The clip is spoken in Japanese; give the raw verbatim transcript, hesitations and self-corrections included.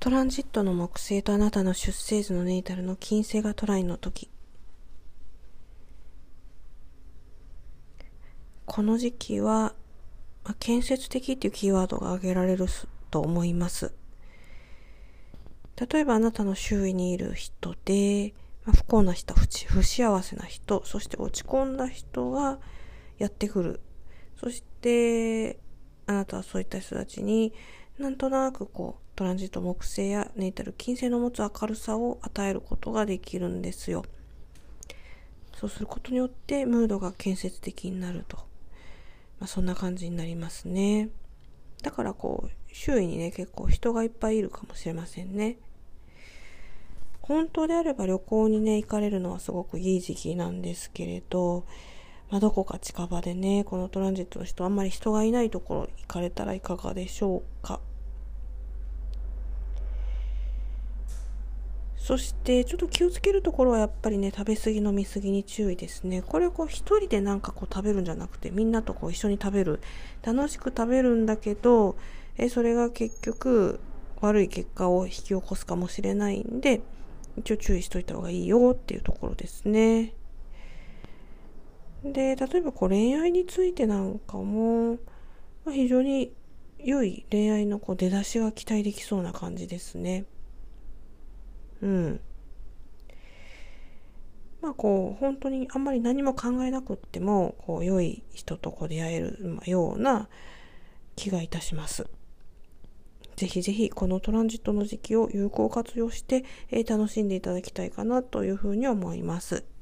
トランジットの木星とあなたの出生図のネイタルの金星がトライの時、この時期は、まあ、建設的っていうキーワードが挙げられると思います。例えばあなたの周囲にいる人で、まあ、不幸な人、不幸せな人、そして落ち込んだ人がやってくる。そしてあなたはそういった人たちになんとなくこうトランジット木星やネイタル金星の持つ明るさを与えることができるんですよ。そうすることによってムードが建設的になると、まあ、そんな感じになりますね。だからこう周囲にね結構人がいっぱいいるかもしれませんね。本当であれば旅行にね行かれるのはすごくいい時期なんですけれど、まあ、どこか近場でねこのトランジットの人あんまり人がいないところに行かれたらいかがでしょうか。そしてちょっと気をつけるところはやっぱりね食べ過ぎ飲み過ぎに注意ですね。これをこう一人でなんかこう食べるんじゃなくてみんなとこう一緒に食べる、楽しく食べるんだけどえそれが結局悪い結果を引き起こすかもしれないんで一応注意しといた方がいいよっていうところですね。で例えばこう恋愛についてなんかも、まあ、非常に良い恋愛のこう出だしが期待できそうな感じですね。うん。まあこう本当にあんまり何も考えなくってもこう良い人とこう出会えるような気がいたします。ぜひぜひこのトランジットの時期を有効活用して、えー、楽しんでいただきたいかなというふうに思います。